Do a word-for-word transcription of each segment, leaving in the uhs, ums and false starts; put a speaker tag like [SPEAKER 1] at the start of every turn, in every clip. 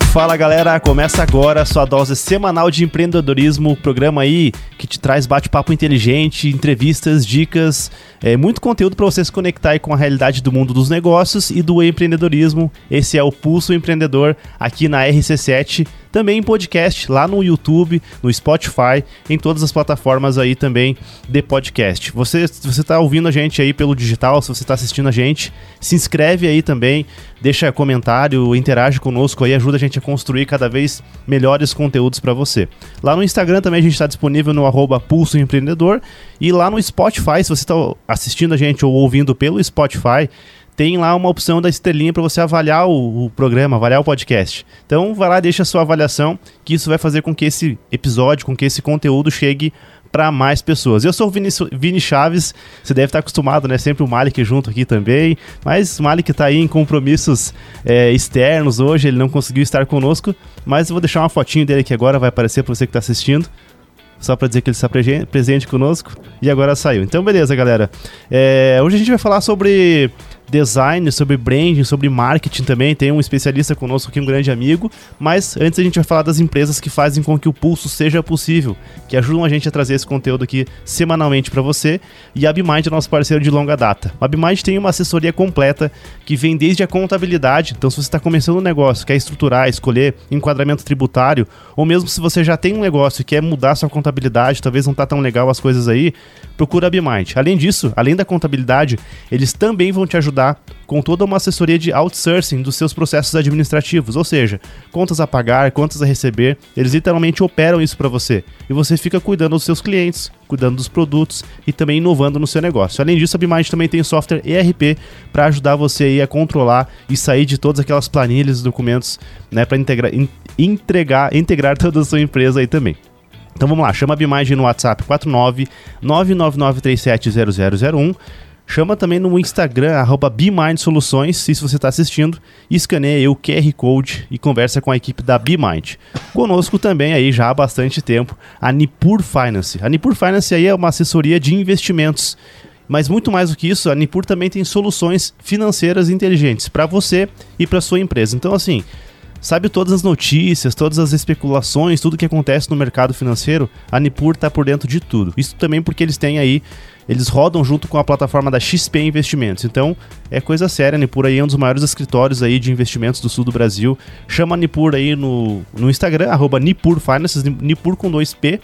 [SPEAKER 1] Fala galera, começa agora a sua dose semanal de empreendedorismo, programa aí que te traz bate-papo inteligente, entrevistas, dicas, é, muito conteúdo para você se conectar aí com a realidade do mundo dos negócios e do empreendedorismo. Esse é o Pulso Empreendedor aqui na R C sete, também em podcast, lá no YouTube, no Spotify, em todas as plataformas aí também de podcast. Você, se você está ouvindo a gente aí pelo digital, se você está assistindo a gente, se inscreve aí também, deixa comentário, interage conosco aí, ajuda a gente a construir cada vez melhores conteúdos para você. Lá no Instagram também a gente está disponível no arroba Pulso Empreendedor, e lá no Spotify, se você está assistindo a gente ou ouvindo pelo Spotify, tem lá uma opção da estrelinha para você avaliar o, o programa, avaliar o podcast. Então vai lá, deixa a sua avaliação, que isso vai fazer com que esse episódio, com que esse conteúdo chegue para mais pessoas. Eu sou o Vini, Vini Chaves, você deve estar acostumado, né? Sempre o Malik junto aqui também, mas o Malik está aí em compromissos é, externos hoje, ele não conseguiu estar conosco, mas eu vou deixar uma fotinho dele aqui agora, vai aparecer para você que está assistindo, só para dizer que ele está presente conosco, e agora saiu. Então beleza, galera. É, hoje a gente vai falar sobre design, sobre branding, sobre marketing também. Tem um especialista conosco aqui, um grande amigo, mas antes a gente vai falar das empresas que fazem com que o Pulso seja possível, que ajudam a gente a trazer esse conteúdo aqui semanalmente para você. E a BeMind é nosso parceiro de longa data. A BeMind tem uma assessoria completa que vem desde a contabilidade. Então se você está começando um negócio, quer estruturar, escolher enquadramento tributário, ou mesmo se você já tem um negócio e quer mudar sua contabilidade, talvez não tá tão legal as coisas aí, procura a BeMind. Além disso, além da contabilidade, eles também vão te ajudar com toda uma assessoria de outsourcing dos seus processos administrativos, ou seja, contas a pagar, contas a receber, eles literalmente operam isso para você, e você fica cuidando dos seus clientes, cuidando dos produtos e também inovando no seu negócio. Além disso, a BeMind também tem software E R P para ajudar você aí a controlar e sair de todas aquelas planilhas e documentos, né, para integrar, in, entregar, integrar toda a sua empresa aí também. Então vamos lá, chama a BeMind no WhatsApp quatro nove nove nove nove três sete zero zero zero um, chama também no Instagram, arroba BeMind Soluções, se você está assistindo, escaneia o Q R Code e conversa com a equipe da BeMind. Conosco também aí já há bastante tempo a Nipur Finance. A Nipur Finance aí é uma assessoria de investimentos, mas muito mais do que isso, a Nipur também tem soluções financeiras inteligentes para você e para sua empresa. Então assim, sabe todas as notícias, todas as especulações, tudo que acontece no mercado financeiro, a Nipur está por dentro de tudo. Isso também porque eles têm aí, eles rodam junto com a plataforma da X P Investimentos. Então, é coisa séria, a Nipur aí é um dos maiores escritórios aí de investimentos do sul do Brasil. Chama a Nipur aí no, no Instagram, arroba Nipur Finance, Nipur com dois P.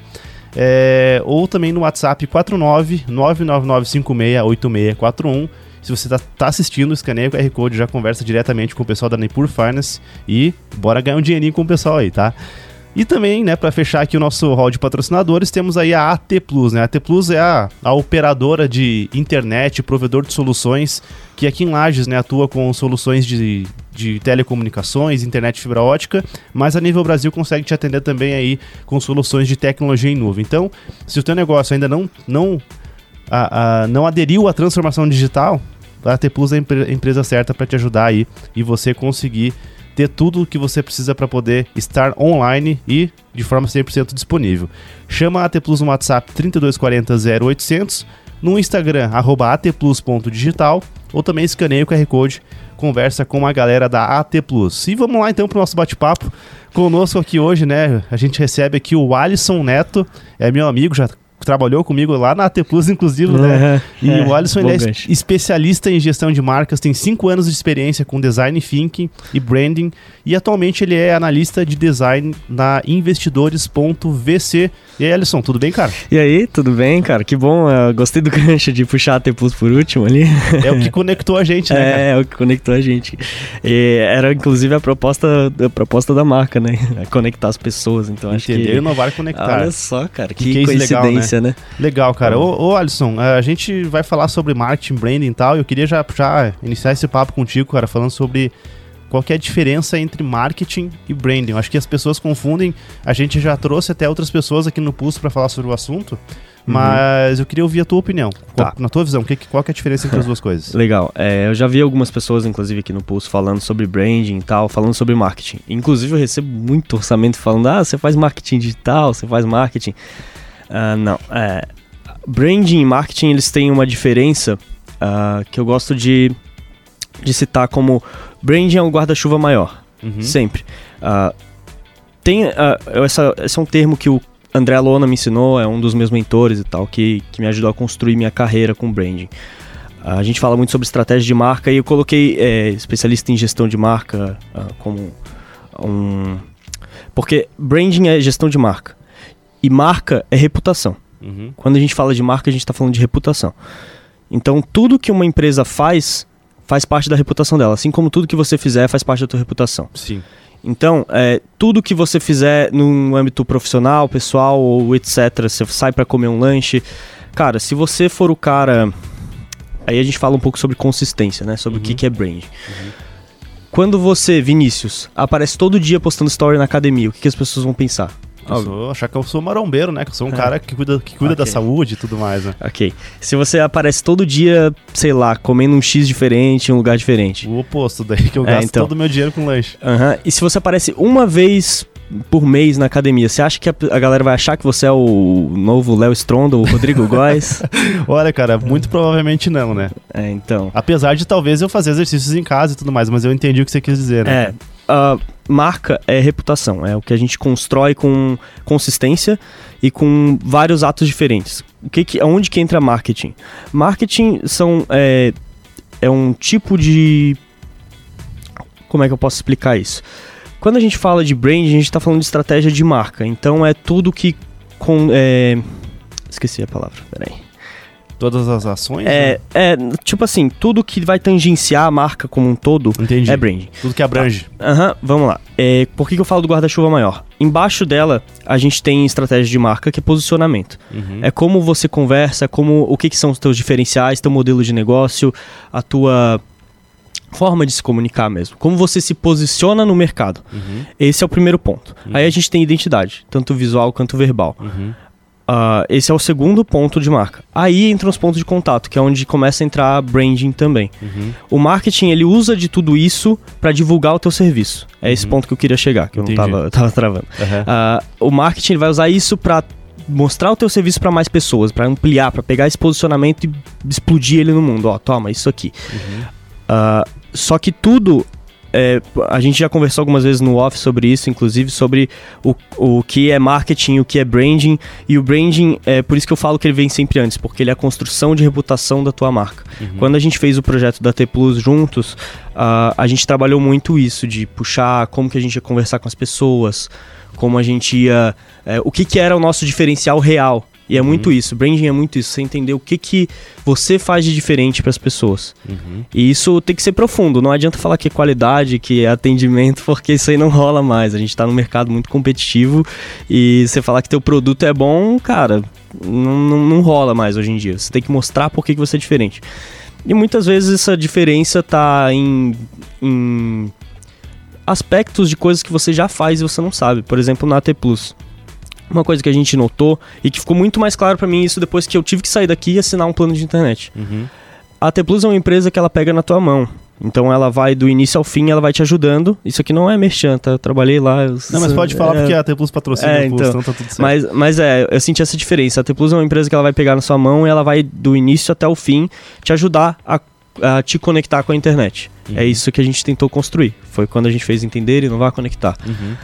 [SPEAKER 1] É, ou também no WhatsApp quatro nove nove nove nove cinco seis oito seis quatro um. Se você está tá assistindo, escaneia o Q R Code, já conversa diretamente com o pessoal da Nipur Finance e bora ganhar um dinheirinho com o pessoal aí, tá? E também, né, para fechar aqui o nosso hall de patrocinadores, temos aí a A T Plus, né? A AT Plus é a, a operadora de internet, provedor de soluções, que aqui em Lages, né, atua com soluções de, de telecomunicações, internet fibra ótica, mas a nível Brasil consegue te atender também aí com soluções de tecnologia em nuvem. Então, se o teu negócio ainda não, não, a, a, não aderiu à transformação digital, a AT Plus é a empre- empresa certa para te ajudar aí e você conseguir ter tudo o que você precisa para poder estar online e de forma cem por cento disponível. Chama a AT Plus no WhatsApp trinta e dois quarenta zero oitocentos, no Instagram, arroba atplus ponto digital, ou também escaneia o Q R Code, conversa com a galera da A T Plus. E vamos lá então para o nosso bate-papo. Conosco aqui hoje, né, a gente recebe aqui o Alisson Neto, é meu amigo, já trabalhou comigo lá na A T Plus, inclusive, uhum, né? E é, o Alisson ele é gancho. especialista em gestão de marcas, tem cinco anos de experiência com design thinking e branding, e atualmente ele é analista de design na investidores ponto v c. E aí, Alisson, tudo bem, cara?
[SPEAKER 2] E aí, tudo bem, cara? Que bom, eu gostei do gancho de puxar a T Plus por último ali.
[SPEAKER 1] É o que conectou a gente, né,
[SPEAKER 2] é,
[SPEAKER 1] cara?
[SPEAKER 2] É, o que conectou a gente. E era, inclusive, a proposta, a proposta da marca, né? Conectar as pessoas, então acho que...
[SPEAKER 1] Entender, inovar e conectar.
[SPEAKER 2] Olha só, cara, que,
[SPEAKER 1] que
[SPEAKER 2] coincidência,
[SPEAKER 1] legal, né?
[SPEAKER 2] né?
[SPEAKER 1] Legal, cara. Ô, ô, Alisson, a gente vai falar sobre marketing, branding e tal, eu queria já, já iniciar esse papo contigo, cara, falando sobre qual que é a diferença entre marketing e branding. Eu acho que as pessoas confundem, a gente já trouxe até outras pessoas aqui no Pulso para falar sobre o assunto, mas uhum. eu queria ouvir a tua opinião. Tá. Qual, na tua visão, que, qual que é a diferença entre as duas coisas?
[SPEAKER 2] Legal. É, eu já vi algumas pessoas, inclusive aqui no Pulso, falando sobre branding e tal, falando sobre marketing. Inclusive eu recebo muito orçamento falando, ah, você faz marketing digital, você faz marketing... Uh, não, é, branding e marketing, eles têm uma diferença uh, que eu gosto de, de citar como branding é um guarda-chuva maior, uhum. sempre. Uh, tem, uh, essa, esse é um termo que o André Lona me ensinou, é um dos meus mentores e tal, que, que me ajudou a construir minha carreira com branding. Uh, a gente fala muito sobre estratégia de marca e eu coloquei é, especialista em gestão de marca uh, como um... Porque branding é gestão de marca e marca é reputação. Uhum. Quando a gente fala de marca, a gente está falando de reputação. Então, tudo que uma empresa faz, faz parte da reputação dela. Assim como tudo que você fizer faz parte da tua reputação.
[SPEAKER 1] Sim.
[SPEAKER 2] Então, é, tudo que você fizer no âmbito profissional, pessoal ou etcétera, você sai para comer um lanche. Cara, se você for o cara... Aí a gente fala um pouco sobre consistência, né? Sobre uhum. o que, que é branding. Uhum. Quando você, Vinícius, aparece todo dia postando story na academia, o que, que as pessoas vão pensar?
[SPEAKER 1] Eu sou, achar que eu sou marombeiro, né? Que eu sou um cara que cuida, que cuida okay. da saúde e tudo mais, né?
[SPEAKER 2] Ok. Se você aparece todo dia, sei lá, comendo um X diferente, em um lugar diferente.
[SPEAKER 1] O oposto daí, que eu gasto é, então. todo o meu dinheiro com lanche.
[SPEAKER 2] Uhum. E se você aparece uma vez por mês na academia, você acha que a, a galera vai achar que você é o novo Léo Stronda, o Rodrigo Góes?
[SPEAKER 1] Olha, cara, muito provavelmente não, né?
[SPEAKER 2] É, então.
[SPEAKER 1] Apesar de talvez eu fazer exercícios em casa e tudo mais, mas eu entendi o que você quis dizer, né?
[SPEAKER 2] É. Uh, marca é reputação, é o que a gente constrói com consistência e com vários atos diferentes. O que que, onde que entra marketing? Marketing são, é, é um tipo de... Como é que eu posso explicar isso? Quando a gente fala de branding, a gente está falando de estratégia de marca. Então é tudo que... Com, é... Esqueci a palavra, peraí.
[SPEAKER 1] Todas as ações?
[SPEAKER 2] É, né? é, tipo assim, tudo que vai tangenciar a marca como um todo
[SPEAKER 1] Entendi.
[SPEAKER 2] é branding.
[SPEAKER 1] Tudo que abrange.
[SPEAKER 2] Aham, uhum, vamos lá. É, por que, que eu falo do guarda-chuva maior? Embaixo dela, a gente tem estratégia de marca, que é posicionamento. Uhum. É como você conversa, como, o que, que são os teus diferenciais, teu modelo de negócio, a tua forma de se comunicar mesmo. Como você se posiciona no mercado. Uhum. Esse é o primeiro ponto. Uhum. Aí a gente tem identidade, tanto visual quanto verbal. Uhum. Uh, esse é o segundo ponto de marca. Aí entram os pontos de contato, que é onde começa a entrar branding também. Uhum. O marketing, ele usa de tudo isso para divulgar o teu serviço. É esse uhum. ponto que eu queria chegar, que Entendi. eu não tava, tava travando. Uhum. Uh, o marketing ele vai usar isso para mostrar o teu serviço para mais pessoas, para ampliar, para pegar esse posicionamento e explodir ele no mundo. Ó, toma, isso aqui. Uhum. Uh, só que tudo... É, a gente já conversou algumas vezes no off sobre isso, inclusive sobre o, o que é marketing, o que é branding. E o branding, é por isso que eu falo que ele vem sempre antes, porque ele é a construção de reputação da tua marca. Uhum. Quando a gente fez o projeto da T Plus juntos, uh, a gente trabalhou muito isso, de puxar como que a gente ia conversar com as pessoas, como a gente ia... É, o que, que era o nosso diferencial real. E é uhum. muito isso, branding é muito isso, você entender o que, que você faz de diferente para as pessoas. Uhum. E isso tem que ser profundo, não adianta falar que é qualidade, que é atendimento, porque isso aí não rola mais. A gente tá num mercado muito competitivo e você falar que teu produto é bom, cara, não, não, não rola mais hoje em dia. Você tem que mostrar por que, que você é diferente. E muitas vezes essa diferença tá em, em aspectos de coisas que você já faz e você não sabe. Por exemplo, na A T Plus. Uma coisa que a gente notou e que ficou muito mais claro pra mim isso depois que eu tive que sair daqui e assinar um plano de internet. Uhum. A T Plus é uma empresa que ela pega na tua mão. Então ela vai do início ao fim, ela vai te ajudando. Isso aqui não é merchan, tá? Eu trabalhei lá. Eu...
[SPEAKER 1] Não, mas pode falar é... porque a T Plus patrocina
[SPEAKER 2] é,
[SPEAKER 1] o Plus,
[SPEAKER 2] então,
[SPEAKER 1] então tá tudo certo.
[SPEAKER 2] Mas, mas é, eu senti essa diferença. A T Plus é uma empresa que ela vai pegar na sua mão e ela vai do início até o fim te ajudar a, a te conectar com a internet. Uhum. É isso que a gente tentou construir. Foi quando a gente fez entender e não vai conectar. Uhum.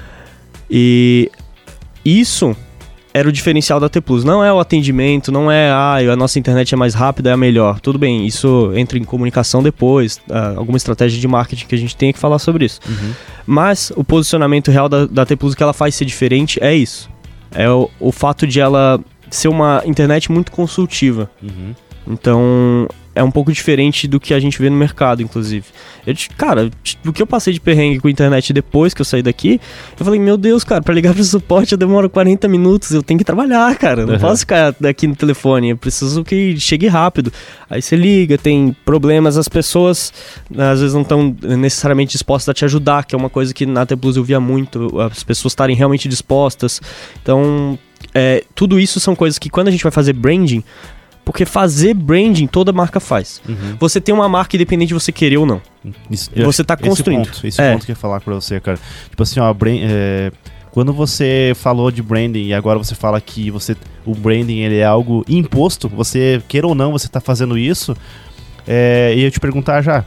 [SPEAKER 2] E isso... era o diferencial da T Plus. Não é o atendimento, não é ah, a nossa internet é mais rápida, é a melhor. Tudo bem, isso entra em comunicação depois, uh, alguma estratégia de marketing que a gente tem que falar sobre isso. Uhum. Mas o posicionamento real da, da T Plus, o que ela faz ser diferente é isso. É o, o fato de ela ser uma internet muito consultiva. Uhum. Então... é um pouco diferente do que a gente vê no mercado, inclusive. Eu, cara, o que eu passei de perrengue com a internet depois que eu saí daqui, eu falei, meu Deus, cara, pra ligar pro suporte eu demoro quarenta minutos, eu tenho que trabalhar, cara. Não uhum. posso ficar aqui no telefone, eu preciso que chegue rápido. Aí você liga, tem problemas, as pessoas às vezes não estão necessariamente dispostas a te ajudar, que é uma coisa que na T Plus eu via muito, as pessoas estarem realmente dispostas. Então, é, tudo isso são coisas que quando a gente vai fazer branding, porque fazer branding toda marca faz. Uhum. Você tem uma marca independente de você querer ou não. Isso, você tá construindo.
[SPEAKER 1] Esse ponto, esse é. ponto que eu ia falar pra você, cara. Tipo assim, ó, brand, é, quando você falou de branding e agora você fala que você, o branding ele é algo imposto, você queira ou não, você tá fazendo isso. É, e eu te perguntar já,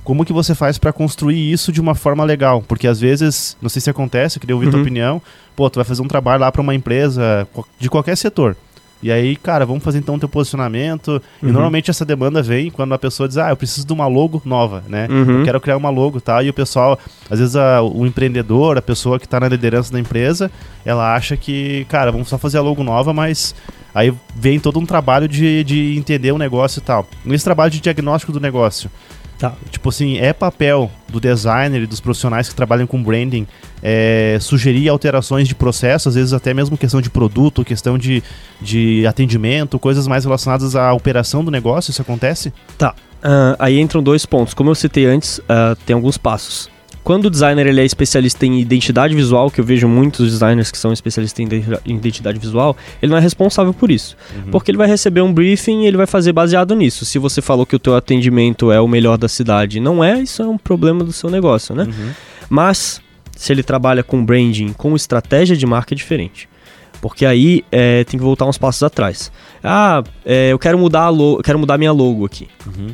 [SPEAKER 1] como que você faz para construir isso de uma forma legal? Porque às vezes, não sei se acontece, eu queria ouvir uhum. tua opinião, pô, tu vai fazer um trabalho lá para uma empresa de qualquer setor. E aí, cara, vamos fazer então o teu posicionamento. Uhum. E normalmente essa demanda vem quando a pessoa diz, ah, eu preciso de uma logo nova, né? Uhum. Eu quero criar uma logo e tal. E o pessoal, às vezes a, o empreendedor, a pessoa que está na liderança da empresa, ela acha que, cara, vamos só fazer a logo nova, mas aí vem todo um trabalho de, de entender o negócio e tal. Esse trabalho de diagnóstico do negócio. Tá. Tipo assim, é papel do designer e dos profissionais que trabalham com branding é, sugerir alterações de processo, às vezes até mesmo questão de produto, questão de, de atendimento, coisas mais relacionadas à operação do negócio, isso acontece?
[SPEAKER 2] Tá, uh, aí entram dois pontos. Como eu citei antes, uh, tem alguns passos. Quando o designer ele é especialista em identidade visual, que eu vejo muitos designers que são especialistas em identidade visual, ele não é responsável por isso. Uhum. Porque ele vai receber um briefing e ele vai fazer baseado nisso. Se você falou que o teu atendimento é o melhor da cidade, não é, isso é um problema do seu negócio, né? Uhum. Mas, se ele trabalha com branding, com estratégia de marca, é diferente. Porque aí é, tem que voltar uns passos atrás. Ah, é, eu quero mudar a logo, eu quero mudar minha logo aqui. Uhum.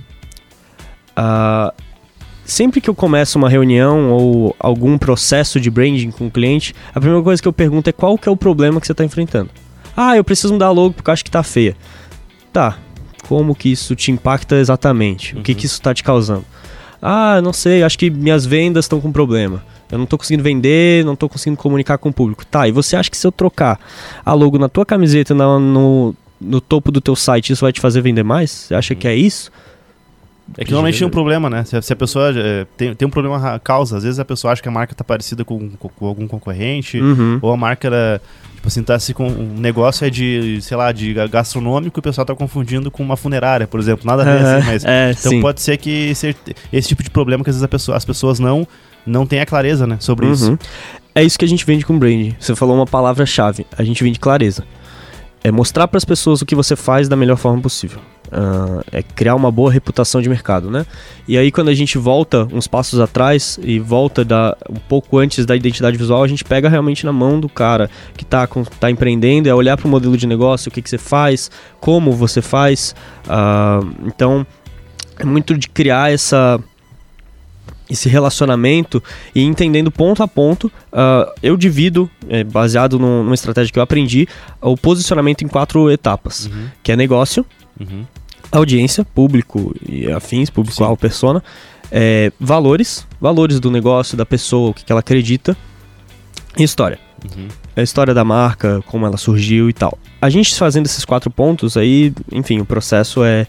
[SPEAKER 2] Ah... Sempre que eu começo uma reunião ou algum processo de branding com o cliente, a primeira coisa que eu pergunto é qual que é o problema que você está enfrentando. Ah, eu preciso mudar a logo porque eu acho que está feia. Tá, como que isso te impacta exatamente? Uhum. O que que isso está te causando? Ah, não sei, acho que minhas vendas estão com problema. Eu não estou conseguindo vender, não estou conseguindo comunicar com o público. Tá, e você acha que se eu trocar a logo na tua camiseta, na, no, no topo do teu site, isso vai te fazer vender mais? Você acha uhum. que é isso?
[SPEAKER 1] É que normalmente tem um problema, né? Se a, se a pessoa é, tem, tem um problema causa, às vezes a pessoa acha que a marca tá parecida com, com, com algum concorrente, uhum. ou a marca era, tipo assim, tá assim, com um negócio é de, sei lá, de gastronômico e o pessoal tá confundindo com uma funerária, por exemplo. Nada a ver assim, mas é, então sim. pode ser que ser esse tipo de problema que às vezes a pessoa, as pessoas não, não têm a clareza, né, sobre uhum. isso.
[SPEAKER 2] É isso que a gente vende com branding. Você falou uma palavra-chave, a gente vende clareza. É mostrar para as pessoas o que você faz da melhor forma possível. Uh, é criar uma boa reputação de mercado, né? E aí quando a gente volta uns passos atrás e volta da, um pouco antes da identidade visual, a gente pega realmente na mão do cara que está tá empreendendo, é olhar para o modelo de negócio, o que, que você faz, como você faz. Uh, então, é muito de criar essa... esse relacionamento e entendendo ponto a ponto. Uh, eu divido, é, baseado no, numa estratégia que eu aprendi, o posicionamento em quatro etapas, uhum. que é negócio, uhum. audiência, público e afins, público-alvo, persona, é, valores, valores do negócio, da pessoa, o que, que ela acredita, e história. Uhum. A história da marca, como ela surgiu e tal. A gente fazendo esses quatro pontos, aí, enfim, o processo é,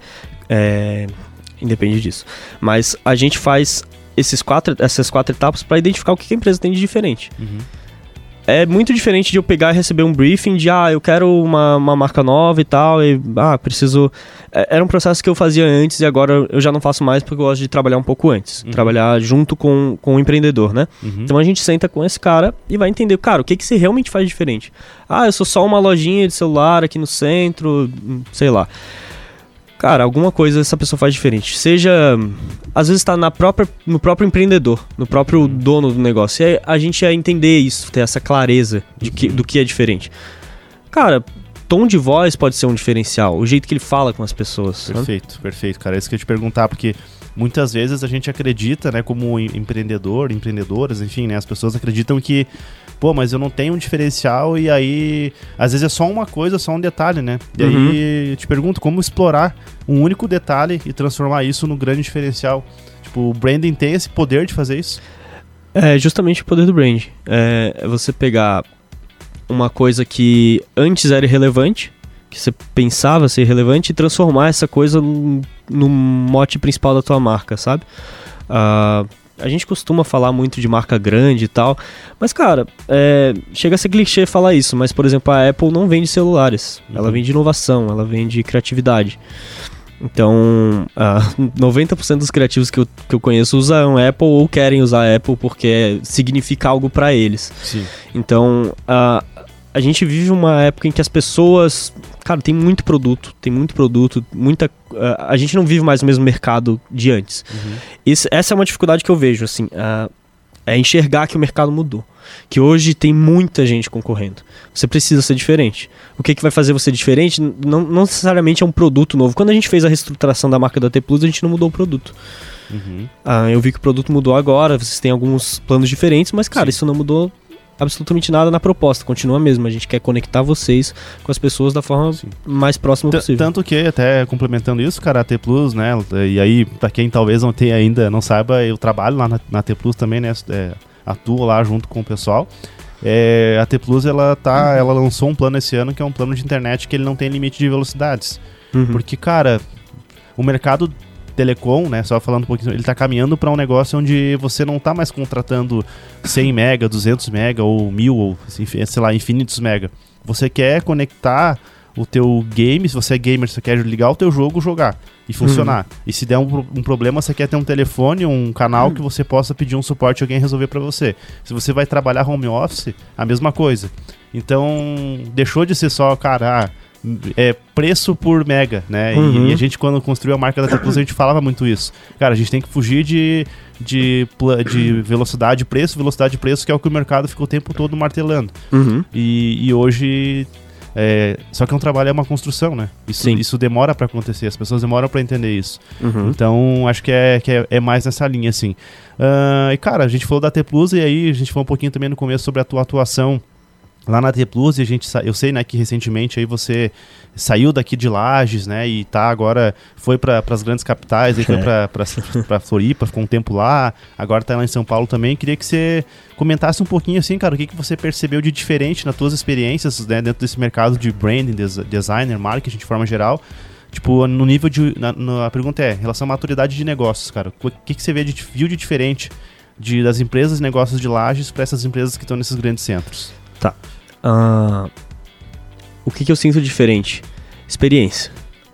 [SPEAKER 2] é independe disso. Mas a gente faz esses quatro, essas quatro etapas para identificar o que a empresa tem de diferente. Uhum. É muito diferente de eu pegar e receber um briefing de, ah, eu quero uma, uma marca nova e tal, e, ah, preciso... Era um processo que eu fazia antes e agora eu já não faço mais porque eu gosto de trabalhar um pouco antes. Uhum. Trabalhar junto com, com o empreendedor, né? Uhum. Então a gente senta com esse cara e vai entender, cara, o que, que você realmente faz diferente? Ah, eu sou só uma lojinha de celular aqui no centro, sei lá. Cara, alguma coisa essa pessoa faz diferente. Seja, às vezes está na própria, no próprio empreendedor, no próprio uhum. dono do negócio. E a gente ia entender isso, ter essa clareza de que, do que é diferente. Cara, tom de voz pode ser um diferencial, o jeito que ele fala com as pessoas.
[SPEAKER 1] Perfeito,
[SPEAKER 2] sabe?
[SPEAKER 1] perfeito, cara. É isso que eu ia te perguntar, porque muitas vezes a gente acredita, né, como empreendedor, empreendedoras, enfim, né, as pessoas acreditam que, pô, mas eu não tenho um diferencial e aí, às vezes é só uma coisa, só um detalhe, né? E uhum. aí eu te pergunto, como explorar um único detalhe e transformar isso no grande diferencial? Tipo, o branding tem esse poder de fazer isso?
[SPEAKER 2] É justamente o poder do branding. É você pegar uma coisa que antes era irrelevante, que você pensava ser irrelevante, e transformar essa coisa no, no mote principal da tua marca, sabe? Uh, a gente costuma falar muito de marca grande e tal, mas, cara, é, chega a ser clichê falar isso, mas, por exemplo, a Apple não vende celulares, uhum. ela vende inovação, ela vende criatividade. Então, uh, noventa por cento dos criativos que eu, que eu conheço usam Apple ou querem usar Apple porque significa algo pra eles. Sim. Então, uh, a gente vive uma época em que as pessoas... Cara, tem muito produto, tem muito produto, muita... Uh, a gente não vive mais no mesmo mercado de antes. Uhum. Isso, essa é uma dificuldade que eu vejo, assim. Uh, É enxergar que o mercado mudou. Que hoje tem muita gente concorrendo. Você precisa ser diferente. O que, que vai fazer você diferente não, não necessariamente é um produto novo. Quando a gente fez a reestruturação da marca da T Plus, a gente não mudou o produto. Uhum. Ah, eu vi que o produto mudou agora, vocês têm alguns planos diferentes, mas cara, Sim. isso não mudou absolutamente nada na proposta, continua a mesma. A gente quer conectar vocês com as pessoas da forma Sim. mais próxima T- possível.
[SPEAKER 1] Tanto que, até complementando isso, cara, a T Plus, né, e aí, pra quem talvez não tenha ainda, não saiba, eu trabalho lá na, na T Plus também, né, é, atuo lá junto com o pessoal. É, a T Plus, ela, tá, uhum. ela lançou um plano esse ano que é um plano de internet que ele não tem limite de velocidades. Uhum. Porque, cara, o mercado telecom, né, só falando um pouquinho, ele tá caminhando para um negócio onde você não tá mais contratando cem mega, duzentos mega ou mil, ou sei lá, infinitos mega. Você quer conectar o teu game, se você é gamer, você quer ligar o teu jogo, jogar e funcionar. Uhum. E se der um, um problema, você quer ter um telefone, um canal uhum. que você possa pedir um suporte e alguém resolver para você. Se você vai trabalhar home office, a mesma coisa. Então, deixou de ser só, cara, ah, é preço por mega, né? Uhum. E, e a gente, quando construiu a marca da T Plus, a gente falava muito isso. Cara, a gente tem que fugir de, de, de velocidade e preço, velocidade e preço, que é o que o mercado ficou o tempo todo martelando. Uhum. E, e hoje... É, só que é um trabalho, é uma construção, né? Isso, isso demora pra acontecer, as pessoas demoram pra entender isso. Uhum. Então, acho que, é, que é, é mais nessa linha, assim. Uh, e, cara, a gente falou da T Plus e aí a gente falou um pouquinho também no começo sobre a tua atuação lá na T Plus, e a gente, eu sei, né, que recentemente aí você saiu daqui de Lages, né, e tá agora, foi para as grandes capitais, aí foi para Floripa, ficou um tempo lá, agora tá lá em São Paulo também. Queria que você comentasse um pouquinho, assim, cara, o que, que você percebeu de diferente nas tuas experiências, né, dentro desse mercado de branding, des- designer, marketing de forma geral, tipo, no nível de, na, na, a pergunta é, em relação à maturidade de negócios, cara, o que, que você vê de, viu de diferente de, das empresas e negócios de Lages para essas empresas que estão nesses grandes centros?
[SPEAKER 2] Tá. Uh, o que, que eu sinto diferente? Experiência.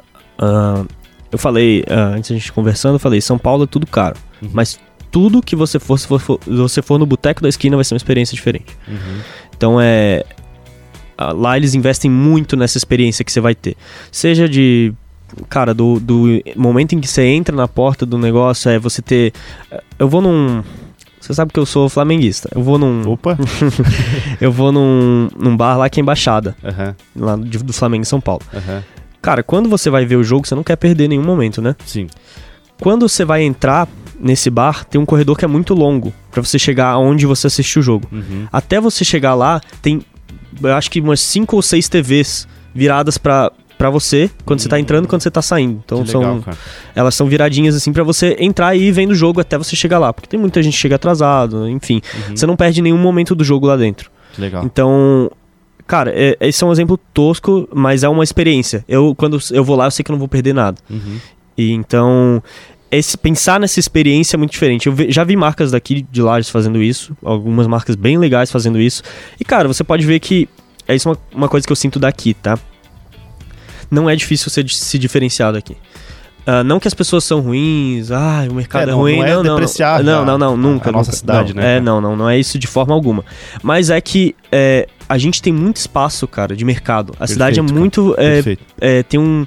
[SPEAKER 2] Uh, eu falei, uh, antes a gente conversando, eu falei, São Paulo é tudo caro. Uhum. Mas tudo que você for, se for, for, você for no boteco da esquina, vai ser uma experiência diferente. Uhum. Então é... Uh, lá eles investem muito nessa experiência que você vai ter. Seja de... Cara, do, do momento em que você entra na porta do negócio, é você ter... Eu vou num... Você sabe que eu sou flamenguista. Eu vou num...
[SPEAKER 1] Opa!
[SPEAKER 2] eu vou num, num bar lá que é Embaixada.
[SPEAKER 1] Uhum.
[SPEAKER 2] Lá do, do Flamengo em São Paulo.
[SPEAKER 1] Uhum.
[SPEAKER 2] Cara, quando você vai ver o jogo, você não quer perder nenhum momento, né?
[SPEAKER 1] Sim.
[SPEAKER 2] Quando você vai entrar nesse bar, tem um corredor que é muito longo pra você chegar aonde você assiste o jogo. Uhum. Até você chegar lá, tem... Eu acho que umas cinco ou seis T Vs viradas pra... pra você, quando hum. você tá entrando e quando você tá saindo. Então
[SPEAKER 1] que legal,
[SPEAKER 2] são,
[SPEAKER 1] cara. Elas
[SPEAKER 2] são viradinhas assim pra você entrar e ir vendo o jogo até você chegar lá. Porque tem muita gente que chega atrasado, enfim. Uhum. Você não perde nenhum momento do jogo lá dentro.
[SPEAKER 1] Que legal.
[SPEAKER 2] Então, cara, é, esse é um exemplo tosco, mas é uma experiência. Eu, quando eu vou lá, eu sei que eu não vou perder nada. Uhum. E então, esse, pensar nessa experiência é muito diferente. Eu ve, já vi marcas daqui de Lages fazendo isso, algumas marcas bem legais fazendo isso. E, cara, você pode ver que é isso uma, uma coisa que eu sinto daqui, tá? Não é difícil você se diferenciar daqui. Uh, não que as pessoas são ruins, ah, o mercado é,
[SPEAKER 1] é
[SPEAKER 2] não, ruim,
[SPEAKER 1] não,
[SPEAKER 2] não,
[SPEAKER 1] é
[SPEAKER 2] não,
[SPEAKER 1] depreciar
[SPEAKER 2] não, não, não, nunca.
[SPEAKER 1] A
[SPEAKER 2] nunca,
[SPEAKER 1] nossa cidade,
[SPEAKER 2] não,
[SPEAKER 1] né?
[SPEAKER 2] É, não, não, não é isso de forma alguma. Mas é que é, a gente tem muito espaço, cara, de mercado. A Perfeito, cidade é muito, é, é, tem um,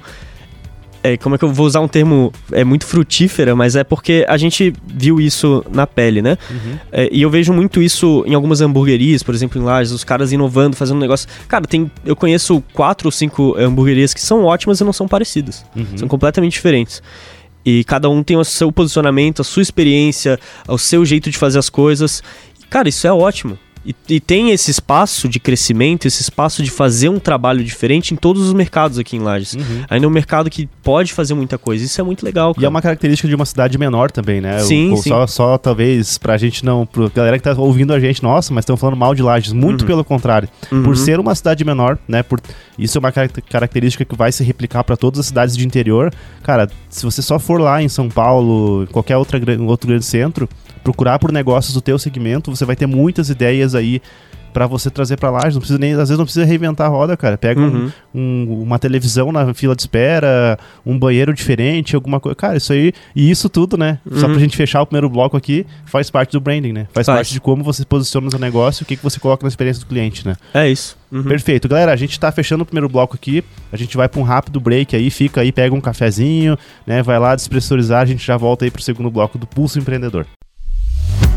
[SPEAKER 2] é, como é que eu vou usar um termo, é muito frutífera, mas é porque a gente viu isso na pele, né? Uhum. É, e eu vejo muito isso em algumas hamburguerias, por exemplo, em Lages, os caras inovando, fazendo um negócio. Cara, tem, eu conheço quatro ou cinco hamburguerias que são ótimas e não são parecidas. Uhum. São completamente diferentes. E cada um tem o seu posicionamento, a sua experiência, o seu jeito de fazer as coisas. Cara, isso é ótimo. E, e tem esse espaço de crescimento, esse espaço de fazer um trabalho diferente em todos os mercados aqui em Lages. Uhum. Ainda é um mercado que pode fazer muita coisa. Isso é muito legal, cara.
[SPEAKER 1] E é uma característica de uma cidade menor também, né?
[SPEAKER 2] Sim,
[SPEAKER 1] o,
[SPEAKER 2] sim.
[SPEAKER 1] Só, só talvez pra gente não... Pra galera que tá ouvindo a gente, nossa, mas estão falando mal de Lages. Muito uhum. pelo contrário. Uhum. Por ser uma cidade menor, né? Por, isso é uma car- característica que vai se replicar pra todas as cidades de interior. Cara, se você só for lá em São Paulo, em qualquer outra, outro grande centro, procurar por negócios do teu segmento, você vai ter muitas ideias aí pra você trazer pra Lages. Não precisa nem, às vezes não precisa reinventar a roda, cara. Pega uhum. um, um, uma televisão na fila de espera, um banheiro diferente, alguma coisa. Cara, isso aí, e isso tudo, né? Uhum. Só pra gente fechar o primeiro bloco aqui, faz parte do branding, né? Faz, faz. parte de como você posiciona o seu negócio e o que, que você coloca na experiência do cliente, né?
[SPEAKER 2] É isso. Uhum.
[SPEAKER 1] Perfeito. Galera, a gente tá fechando o primeiro bloco aqui, a gente vai pra um rápido break aí, fica aí, pega um cafezinho, né? Vai lá despressurizar, a gente já volta aí pro segundo bloco do Pulso Empreendedor.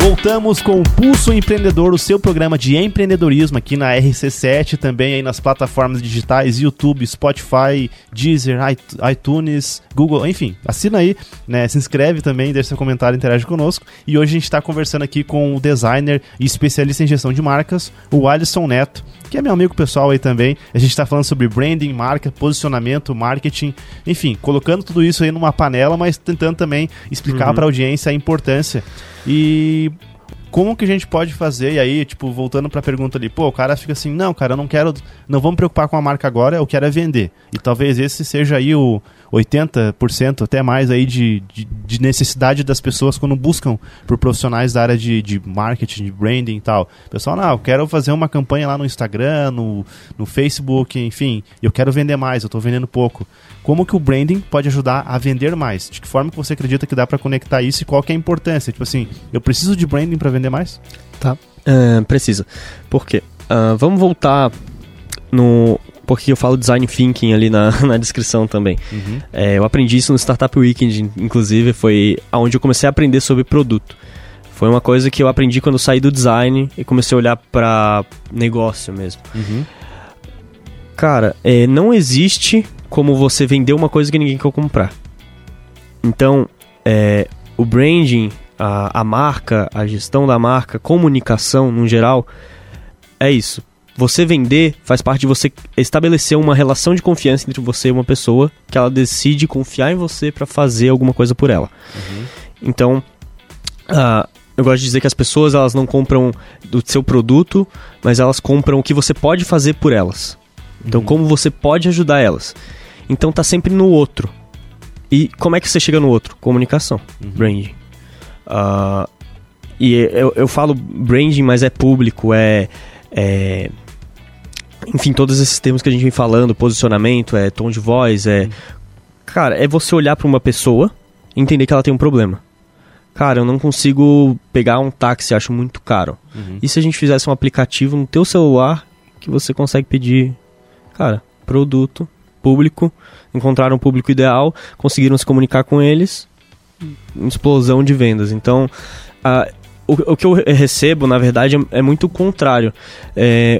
[SPEAKER 1] Voltamos com o Pulso Empreendedor, o seu programa de empreendedorismo aqui na R C sete, também aí nas plataformas digitais, YouTube, Spotify, Deezer, iTunes, Google, enfim, assina aí, né? Se inscreve também, deixa seu comentário, interage conosco. E hoje a gente está conversando aqui com o designer e especialista em gestão de marcas, o Alisson Neto, que é meu amigo pessoal aí também. A gente está falando sobre branding, marca, posicionamento, marketing, enfim, colocando tudo isso aí numa panela, mas tentando também explicar uhum. para a audiência a importância. E como que a gente pode fazer, e aí, tipo, voltando pra pergunta ali, pô, o cara fica assim, não, cara, eu não quero, não vou me preocupar com a marca agora, eu quero é vender. E talvez esse seja aí o oitenta por cento, até mais aí de, de, de necessidade das pessoas quando buscam por profissionais da área de, de marketing, de branding e tal. O pessoal, não, eu quero fazer uma campanha lá no Instagram, no, no Facebook, enfim, eu quero vender mais, eu tô vendendo pouco. Como que o branding pode ajudar a vender mais? De que forma que você acredita que dá pra conectar isso e qual que é a importância? Tipo assim, eu preciso de branding pra vender mais?
[SPEAKER 2] Tá, uh, precisa. Por quê? Uh, vamos voltar no... Porque eu falo design thinking ali na, na descrição também. Uhum. É, eu aprendi isso no Startup Weekend, inclusive, foi onde eu comecei a aprender sobre produto. Foi uma coisa que eu aprendi quando eu saí do design e comecei a olhar pra negócio mesmo. Uhum. Cara, é, não existe como você vender uma coisa que ninguém quer comprar. Então, é, o branding, a, a marca, a gestão da marca, comunicação no geral, é isso. Você vender faz parte de você estabelecer uma relação de confiança entre você e uma pessoa que ela decide confiar em você para fazer alguma coisa por ela. Uhum. Então, uh, eu gosto de dizer que as pessoas elas não compram do seu produto, mas elas compram o que você pode fazer por elas. Então, uhum. como você pode ajudar elas. Então, tá sempre no outro. E como é que você chega no outro? Comunicação, uhum. branding. Uh, e eu, eu falo branding, mas é público, é... é enfim, todos esses termos que a gente vem falando, posicionamento, é tom de voz, é... Uhum. Cara, é você olhar pra uma pessoa e entender que ela tem um problema. Cara, eu não consigo pegar um táxi, acho muito caro. Uhum. E se a gente fizesse um aplicativo no teu celular que você consegue pedir, cara, produto, público, encontraram um público ideal, conseguiram se comunicar com eles, explosão de vendas. Então, uh, o, o que eu recebo, na verdade, é, é muito o contrário. É...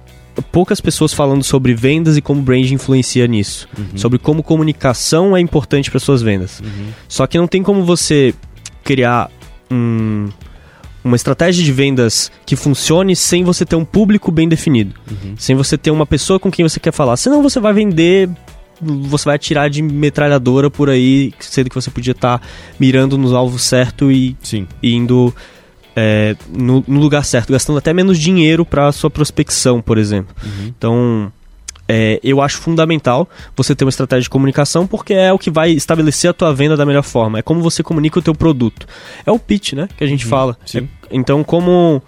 [SPEAKER 2] poucas pessoas falando sobre vendas e como branding influencia nisso. Uhum. Sobre como comunicação é importante para suas vendas. Uhum. Só que não tem como você criar um, uma estratégia de vendas que funcione sem você ter um público bem definido. Uhum. Sem você ter uma pessoa com quem você quer falar. Senão você vai vender... Você vai atirar de metralhadora por aí, sendo que você podia estar tá mirando no alvo certo e Sim. indo... É, no, no lugar certo, gastando até menos dinheiro para a sua prospecção, por exemplo. Uhum. Então, é, eu acho fundamental você ter uma estratégia de comunicação, porque é o que vai estabelecer a tua venda da melhor forma. É como você comunica o teu produto. É o pitch, né, que a gente uhum. fala. É, então, como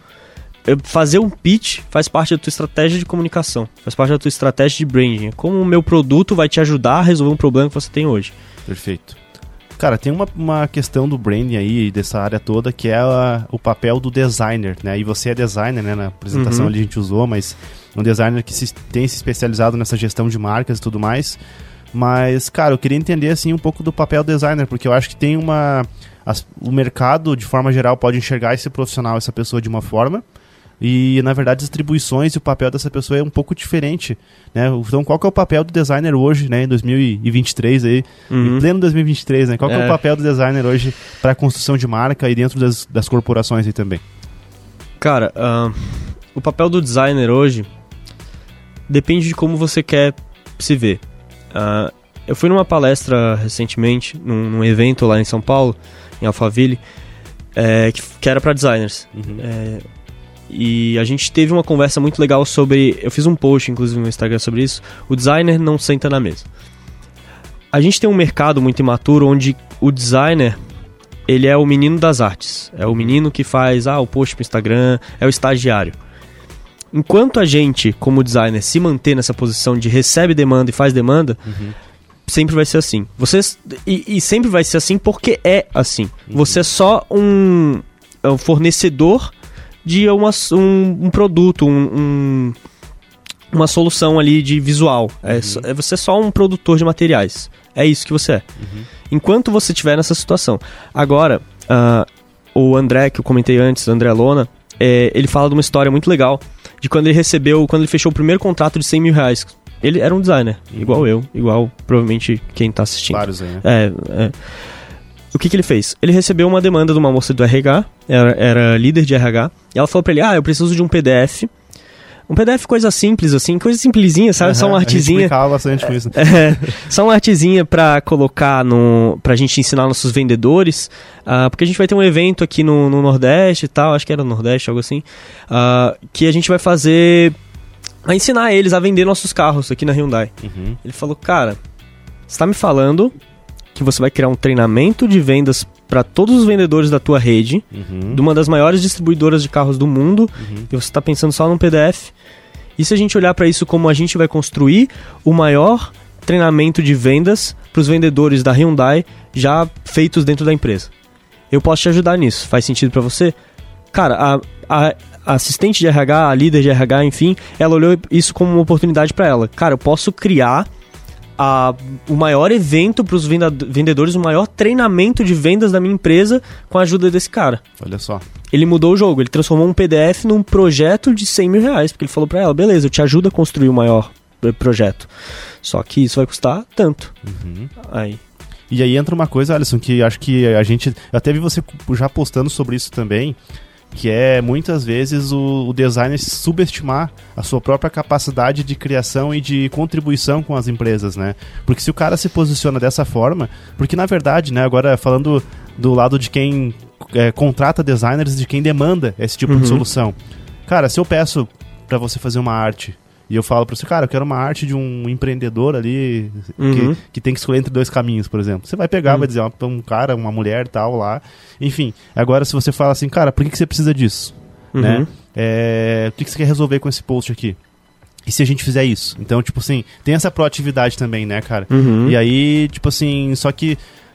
[SPEAKER 2] fazer um pitch faz parte da tua estratégia de comunicação, faz parte da tua estratégia de branding. É como o meu produto vai te ajudar a resolver um problema que você tem hoje.
[SPEAKER 1] Perfeito. Cara, tem uma, uma questão do branding aí, dessa área toda, que é a, o papel do designer, né? E você é designer, né? Na apresentação uhum. ali a gente usou, mas um designer que se, tem se especializado nessa gestão de marcas e tudo mais. Mas, cara, eu queria entender, assim, um pouco do papel do designer, porque eu acho que tem uma... As, o mercado, de forma geral, pode enxergar esse profissional, essa pessoa de uma forma, e, na verdade, as atribuições e o papel dessa pessoa é um pouco diferente, né? Então, qual que é o papel do designer hoje, né? Em dois mil e vinte e três, aí, uhum. em pleno dois mil e vinte e três, né? Qual que é, é o papel do designer hoje para a construção de marca e dentro das, das corporações aí também?
[SPEAKER 2] Cara, uh, o papel do designer hoje depende de como você quer se ver. Uh, eu fui numa palestra recentemente, num, num evento lá em São Paulo, em Alphaville, é, que, que era para designers. Uhum. É, e a gente teve uma conversa muito legal sobre... Eu fiz um post, inclusive, no Instagram sobre isso. O designer não senta na mesa. A gente tem um mercado muito imaturo onde o designer, ele é o menino das artes. É o menino que faz ah, o post pro Instagram, é o estagiário. Enquanto a gente, como designer, se manter nessa posição de recebe demanda e faz demanda, uhum. sempre vai ser assim. Você, e, e sempre vai ser assim porque é assim. Uhum. Você é só um, um fornecedor de uma, um, um produto, um, um, uma solução ali de visual. Uhum. É, é você é só um produtor de materiais. É isso que você é. Uhum. Enquanto você estiver nessa situação. Agora, uh, o André, que eu comentei antes, o André Lona, é, ele fala de uma história muito legal de quando ele recebeu, quando ele fechou o primeiro contrato de cem mil reais. Ele era um designer, uhum. igual eu, igual provavelmente quem tá assistindo.
[SPEAKER 1] Vários aí, né?
[SPEAKER 2] É, é. O que que ele fez? Ele recebeu uma demanda de uma moça do R H, era, era líder de R H, e ela falou pra ele, ah, eu preciso de um P D F. Um P D F coisa simples, assim, coisa simplesinha, sabe? Uhum, só uma artezinha. A gente
[SPEAKER 1] brincava bastante com isso.
[SPEAKER 2] É, só uma artezinha pra colocar no... pra gente ensinar nossos vendedores, uh, porque a gente vai ter um evento aqui no, no Nordeste e tal, acho que era no Nordeste, algo assim, uh, que a gente vai fazer... a ensinar eles a vender nossos carros aqui na Hyundai. Uhum. Ele falou, cara, você tá me falando que você vai criar um treinamento de vendas para todos os vendedores da tua rede, uhum. de uma das maiores distribuidoras de carros do mundo, uhum. e você está pensando só num P D F. E se a gente olhar para isso como a gente vai construir o maior treinamento de vendas para os vendedores da Hyundai já feitos dentro da empresa? Eu posso te ajudar nisso. Faz sentido para você? Cara, a, a, a assistente de R H, a líder de R H, enfim, ela olhou isso como uma oportunidade para ela. Cara, eu posso criar A, o maior evento para os vendedores, o maior treinamento de vendas da minha empresa com a ajuda desse cara.
[SPEAKER 1] Olha só.
[SPEAKER 2] Ele mudou o jogo, ele transformou um P D F num projeto de cem mil reais, porque ele falou para ela, beleza, eu te ajudo a construir o maior projeto. Só que isso vai custar tanto. Uhum. Aí.
[SPEAKER 1] E aí entra uma coisa, Alisson, que acho que a gente... Eu até vi você já postando sobre isso também, que é muitas vezes o, o designer subestimar a sua própria capacidade de criação e de contribuição com as empresas, né? Porque se o cara se posiciona dessa forma, porque na verdade, né, agora falando do lado de quem é, contrata designers, de quem demanda esse tipo uhum. de solução. Cara, se eu peço pra você fazer uma arte e eu falo pra você, cara, eu quero uma arte de um empreendedor ali uhum. que, que tem que escolher entre dois caminhos, por exemplo. Você vai pegar, uhum. vai dizer, um, um cara, uma mulher tal lá. Enfim, agora se você fala assim, cara, por que, que você precisa disso? Uhum. Né? É, o que, que você quer resolver com esse post aqui? E se a gente fizer isso? Então, tipo assim, tem essa proatividade também, né, cara? Uhum. E aí, tipo assim, só que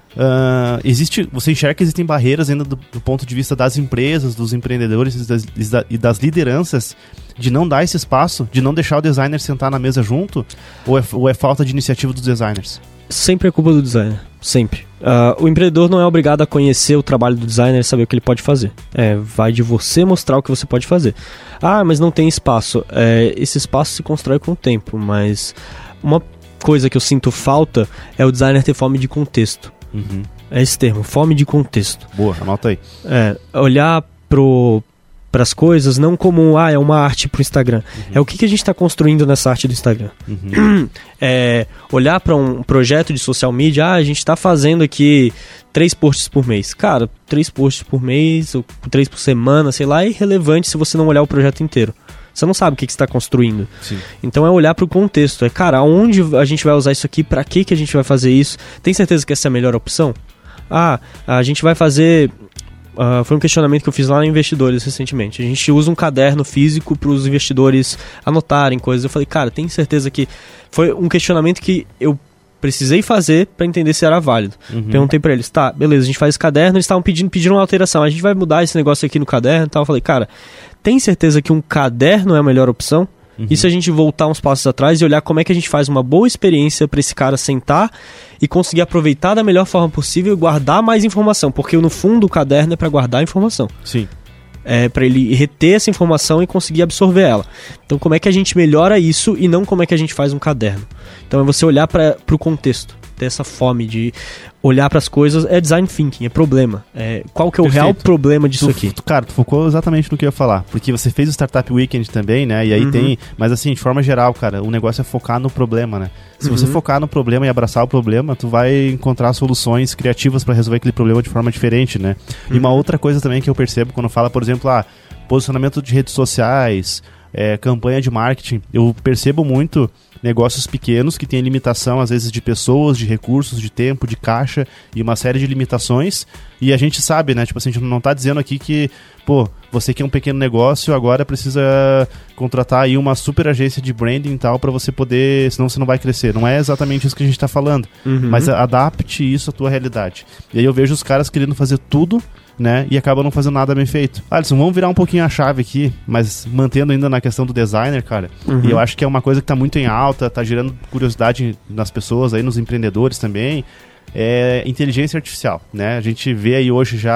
[SPEAKER 1] Uh, existe, você enxerga que existem barreiras ainda do, do ponto de vista das empresas, dos empreendedores e das, e das lideranças de não dar esse espaço, de não deixar o designer sentar na mesa junto, ou é, ou é falta de iniciativa dos designers?
[SPEAKER 2] Sempre é culpa do designer, sempre. Uh, o empreendedor não é obrigado a conhecer o trabalho do designer e saber o que ele pode fazer. É, vai de você mostrar o que você pode fazer. Ah, mas não tem espaço. É, esse espaço se constrói com o tempo, mas uma coisa que eu sinto falta é o designer ter fome de contexto. Uhum. É esse termo, fome de contexto.
[SPEAKER 1] Boa, anota aí.
[SPEAKER 2] É, olhar pro, pras coisas não como, ah, é uma arte pro Instagram. Uhum. É o que, que a gente está construindo nessa arte do Instagram. Uhum. É, olhar para um projeto de social media, ah, a gente está fazendo aqui três posts por mês. Cara, três posts por mês, ou três por semana, sei lá, é irrelevante se você não olhar o projeto inteiro. Você não sabe o que, que você está construindo. Sim. Então é olhar para o contexto. É, cara, aonde a gente vai usar isso aqui? Para que, que a gente vai fazer isso? Tem certeza que essa é a melhor opção? Ah, a gente vai fazer... Uh, foi um questionamento que eu fiz lá em Investidores recentemente. A gente usa um caderno físico para os investidores anotarem coisas. Eu falei, cara, tem certeza que... Foi um questionamento que eu precisei fazer para entender se era válido. Uhum. Perguntei para eles, tá, beleza, a gente faz esse caderno, eles estavam pedindo, pedindo uma alteração. A gente vai mudar esse negócio aqui no caderno e tal. Eu falei, cara... Tem certeza que um caderno é a melhor opção? Uhum. E se a gente voltar uns passos atrás e olhar como é que a gente faz uma boa experiência para esse cara sentar e conseguir aproveitar da melhor forma possível e guardar mais informação? Porque no fundo o caderno é para guardar informação.
[SPEAKER 1] Sim.
[SPEAKER 2] É para ele reter essa informação e conseguir absorver ela. Então como é que a gente melhora isso e não como é que a gente faz um caderno? Então é você olhar para o contexto. Ter essa fome de olhar para as coisas, é design thinking, é problema. É, qual que é o Perfeito. Real problema disso
[SPEAKER 1] tu,
[SPEAKER 2] aqui?
[SPEAKER 1] Tu, cara, tu focou exatamente no que eu ia falar, porque você fez o Startup Weekend também, né? E aí uhum. tem, mas assim, de forma geral, cara, o negócio é focar no problema, né? Se uhum. você focar no problema e abraçar o problema, tu vai encontrar soluções criativas para resolver aquele problema de forma diferente, né? Uhum. E uma outra coisa também que eu percebo quando fala, por exemplo, ah, posicionamento de redes sociais, é, campanha de marketing, eu percebo muito negócios pequenos que têm limitação, às vezes, de pessoas, de recursos, de tempo, de caixa e uma série de limitações. E a gente sabe, né? Tipo assim, a gente não tá dizendo aqui que, pô, você que é um pequeno negócio, agora precisa contratar aí uma super agência de branding e tal pra você poder, senão você não vai crescer. Não é exatamente isso que a gente tá falando. Uhum. Mas adapte isso à tua realidade. E aí eu vejo os caras querendo fazer tudo, né, e acaba não fazendo nada bem feito. Alisson, vamos virar um pouquinho a chave aqui, mas mantendo ainda na questão do designer, cara, uhum. e eu acho que é uma coisa que tá muito em alta, tá gerando curiosidade nas pessoas, aí nos empreendedores também, é inteligência artificial, né, a gente vê aí hoje já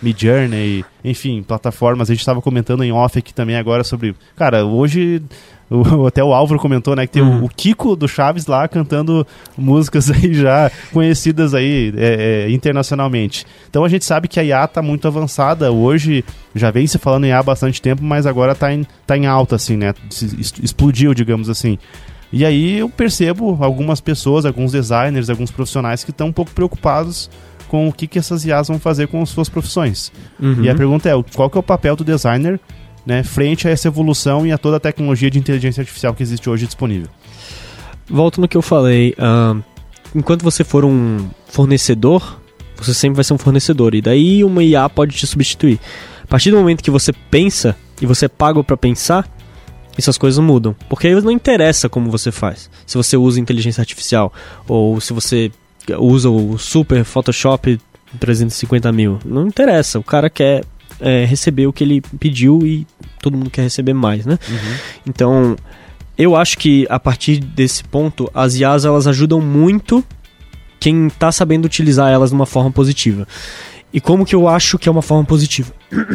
[SPEAKER 1] Midjourney, enfim, plataformas. A gente estava comentando em off aqui também agora sobre... Cara, hoje... O, até o Álvaro comentou, né, que tem uhum. o, o Kiko do Chaves lá cantando músicas aí já conhecidas aí é, é, internacionalmente. Então a gente sabe que a I A tá muito avançada. Hoje já vem se falando em I A há bastante tempo, mas agora tá em, tá em alta, assim, né? Explodiu, digamos assim. E aí eu percebo algumas pessoas, alguns designers, alguns profissionais que estão um pouco preocupados com o que, que essas I As vão fazer com as suas profissões. Uhum. E a pergunta é, qual que é o papel do designer, né, frente a essa evolução e a toda a tecnologia de inteligência artificial que existe hoje disponível?
[SPEAKER 2] Volto no que eu falei. Uh, enquanto você for um fornecedor, você sempre vai ser um fornecedor. E daí uma I A pode te substituir. A partir do momento que você pensa e você paga para pensar, essas coisas mudam. Porque aí não interessa como você faz. Se você usa inteligência artificial ou se você usa o super Photoshop trezentos e cinquenta mil. Não interessa. O cara quer... É, receber o que ele pediu e todo mundo quer receber mais, né? Uhum. Então, eu acho que a partir desse ponto, as I As elas ajudam muito quem está sabendo utilizar elas de uma forma positiva. E como que eu acho que é uma forma positiva?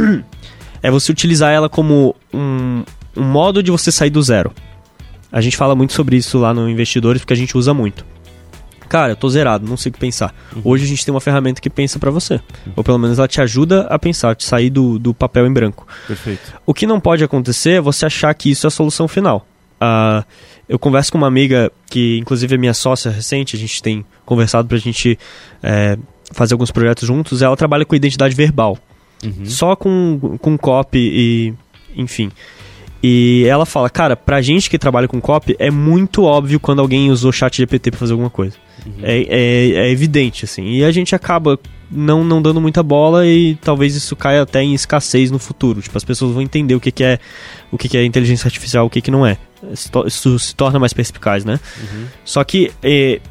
[SPEAKER 2] É você utilizar ela como um, um modo de você sair do zero. A gente fala muito sobre isso lá no Investidores porque a gente usa muito. Cara, eu tô zerado, não sei o que pensar. Uhum. Hoje a gente tem uma ferramenta que pensa pra você. Uhum. Ou pelo menos ela te ajuda a pensar, te sair do, do papel em branco.
[SPEAKER 1] Perfeito.
[SPEAKER 2] O que não pode acontecer é você achar que isso é a solução final. Uh, eu converso com uma amiga que, inclusive, é minha sócia recente. A gente tem conversado pra gente é, fazer alguns projetos juntos. Ela trabalha com identidade verbal. Uhum. Só com, com copy e... enfim... E ela fala, cara, pra gente que trabalha com copy, é muito óbvio quando alguém usou chat G P T pra fazer alguma coisa. Uhum. É, é, é evidente, assim. E a gente acaba não, não dando muita bola e talvez isso caia até em escassez no futuro. Tipo, as pessoas vão entender o que, que, é, o que, que é inteligência artificial, o que, que não é. Isso se torna mais perspicaz, né? Uhum. Só que... É,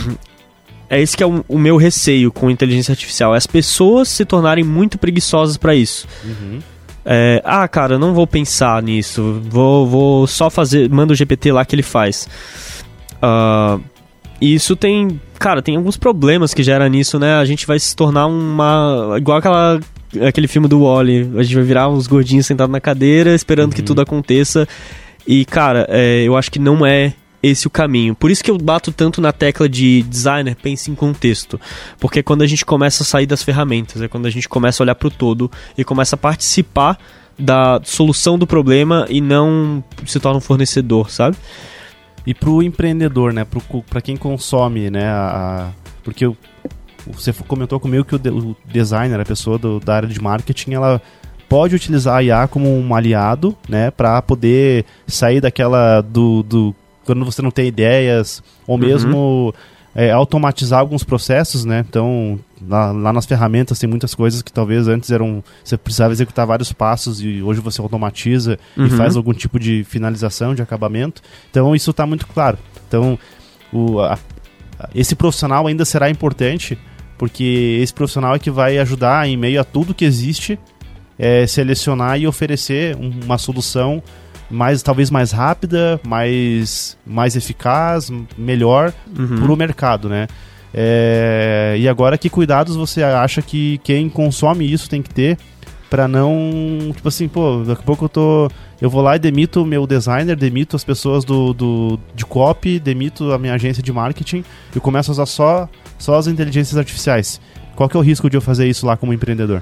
[SPEAKER 2] é esse que é o, o meu receio com inteligência artificial. É as pessoas se tornarem muito preguiçosas pra isso. Uhum. É, ah, cara, não vou pensar nisso, vou, vou só fazer, manda o G P T lá que ele faz. Uh, e isso tem, cara, tem alguns problemas que gera nisso, né? A gente vai se tornar uma, igual aquela, aquele filme do Wall-E, a gente vai virar uns gordinhos sentados na cadeira, esperando uhum. que tudo aconteça. E, cara, é, eu acho que não é esse o caminho. Por isso que eu bato tanto na tecla de designer, pense em contexto. Porque é quando a gente começa a sair das ferramentas, é quando a gente começa a olhar para o todo e começa a participar da solução do problema e não se torna um fornecedor, sabe?
[SPEAKER 1] E pro empreendedor, né? Para quem consome, né? A, porque eu, você comentou comigo que o, de, o designer, a pessoa do, da área de marketing, ela pode utilizar a I A como um aliado, né? Para poder sair daquela do, do quando você não tem ideias, ou mesmo uhum. é, automatizar alguns processos, né? Então, lá, lá nas ferramentas tem muitas coisas que talvez antes eram... Você precisava executar vários passos e hoje você automatiza uhum. e faz algum tipo de finalização, de acabamento. Então, isso está muito claro. Então, o, a, esse profissional ainda será importante, porque esse profissional é que vai ajudar, em meio a tudo que existe, é, selecionar e oferecer uma solução mais, talvez mais rápida, mais, mais eficaz, melhor uhum. para o mercado, né? É, e agora, que cuidados você acha que quem consome isso tem que ter para não, tipo assim, pô, daqui a pouco eu tô, eu vou lá e demito o meu designer, demito as pessoas do, do, de copy, demito a minha agência de marketing e começo a usar só, só as inteligências artificiais. Qual que é o risco de eu fazer isso lá como empreendedor?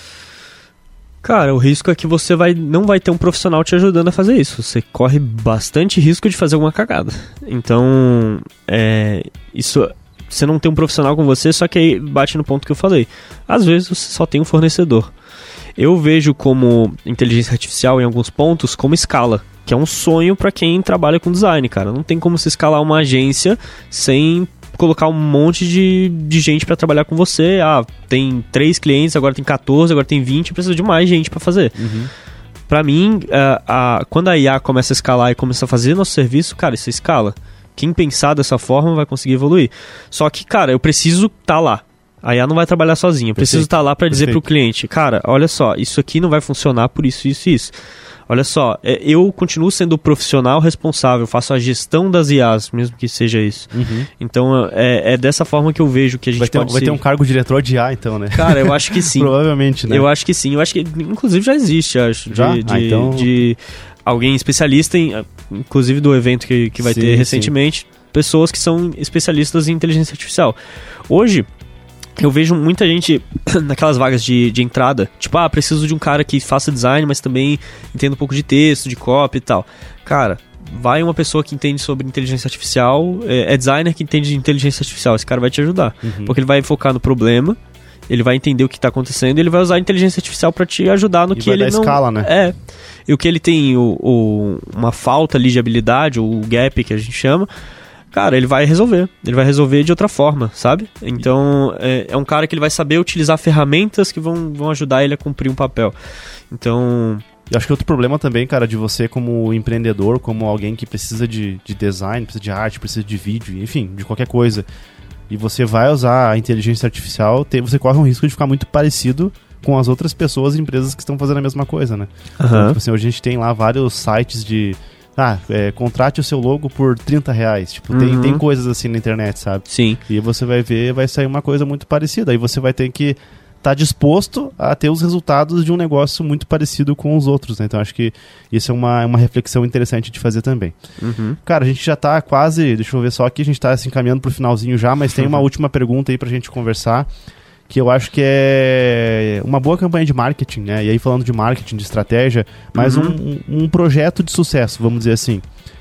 [SPEAKER 2] Cara, o risco é que você vai, não vai ter um profissional te ajudando a fazer isso. Você corre bastante risco de fazer alguma cagada. Então, é, isso, você não tem um profissional com você, só que aí bate no ponto que eu falei. Às vezes você só tem um fornecedor. Eu vejo como inteligência artificial, em alguns pontos, como escala, que é um sonho para quem trabalha com design, cara. Não tem como se escalar uma agência sem colocar um monte de, de gente para trabalhar com você. Ah, tem três clientes, agora tem catorze, agora tem vinte, precisa de mais gente para fazer. Uhum. Para mim, a, a, quando a I A começa a escalar e começa a fazer nosso serviço, cara, isso escala. Quem pensar dessa forma vai conseguir evoluir. Só que, cara, eu preciso estar tá lá. A I A não vai trabalhar sozinha. Eu preciso estar tá lá para dizer pro cliente, cara, olha só, isso aqui não vai funcionar por isso, isso e isso. olha só, eu continuo sendo o profissional responsável, faço a gestão das I As, mesmo que seja isso.
[SPEAKER 1] Uhum.
[SPEAKER 2] Então, é, é dessa forma que eu vejo que a gente
[SPEAKER 1] vai ter,
[SPEAKER 2] pode
[SPEAKER 1] Vai
[SPEAKER 2] ser...
[SPEAKER 1] ter um cargo diretor de I A, então, né?
[SPEAKER 2] Cara, eu acho que sim.
[SPEAKER 1] Provavelmente, né?
[SPEAKER 2] Eu acho que sim. Eu acho que, inclusive, já existe, acho.
[SPEAKER 1] Já?
[SPEAKER 2] De, de,
[SPEAKER 1] ah, então...
[SPEAKER 2] de alguém especialista, em, inclusive do evento que, que vai
[SPEAKER 1] sim,
[SPEAKER 2] ter recentemente, sim. pessoas que são especialistas em inteligência artificial. Hoje... eu vejo muita gente naquelas vagas de, de entrada, tipo, ah, preciso de um cara que faça design, mas também entenda um pouco de texto, de copy e tal. Cara, vai uma pessoa que entende sobre inteligência artificial, é, é designer que entende de inteligência artificial, esse cara vai te ajudar. Uhum. Porque ele vai focar no problema, ele vai entender o que está acontecendo e ele vai usar a inteligência artificial para te ajudar no
[SPEAKER 1] e
[SPEAKER 2] que
[SPEAKER 1] vai
[SPEAKER 2] ele
[SPEAKER 1] dar
[SPEAKER 2] não...
[SPEAKER 1] escala, né?
[SPEAKER 2] É, e o que ele tem, o, o, uma falta ali de habilidade, ou o gap que a gente chama... cara, ele vai resolver. Ele vai resolver de outra forma, sabe? Então, é, é um cara que ele vai saber utilizar ferramentas que vão, vão ajudar ele a cumprir um papel. Então...
[SPEAKER 1] eu acho que outro problema também, cara, de você como empreendedor, como alguém que precisa de, de design, precisa de arte, precisa de vídeo, enfim, de qualquer coisa, e você vai usar a inteligência artificial, tem, você corre um risco de ficar muito parecido com as outras pessoas e empresas que estão fazendo a mesma coisa, né? Uhum. Então, tipo assim, hoje a gente tem lá vários sites de... ah, é, contrate o seu logo por trinta reais. Tipo, uhum. tem, tem coisas assim na internet, sabe?
[SPEAKER 2] Sim.
[SPEAKER 1] E você vai ver, vai sair uma coisa muito parecida. Aí você vai ter que estar tá disposto a ter os resultados de um negócio muito parecido com os outros, né? Então acho que isso é uma, uma reflexão interessante de fazer também. Uhum. Cara, a gente já tá quase, deixa eu ver só aqui, a gente tá se encaminhando pro finalzinho já, mas tem uhum. uma última pergunta aí pra gente conversar, que eu acho que é uma boa campanha de marketing, né? E aí falando de marketing, de estratégia, mas uhum. um, um projeto de sucesso, vamos dizer assim.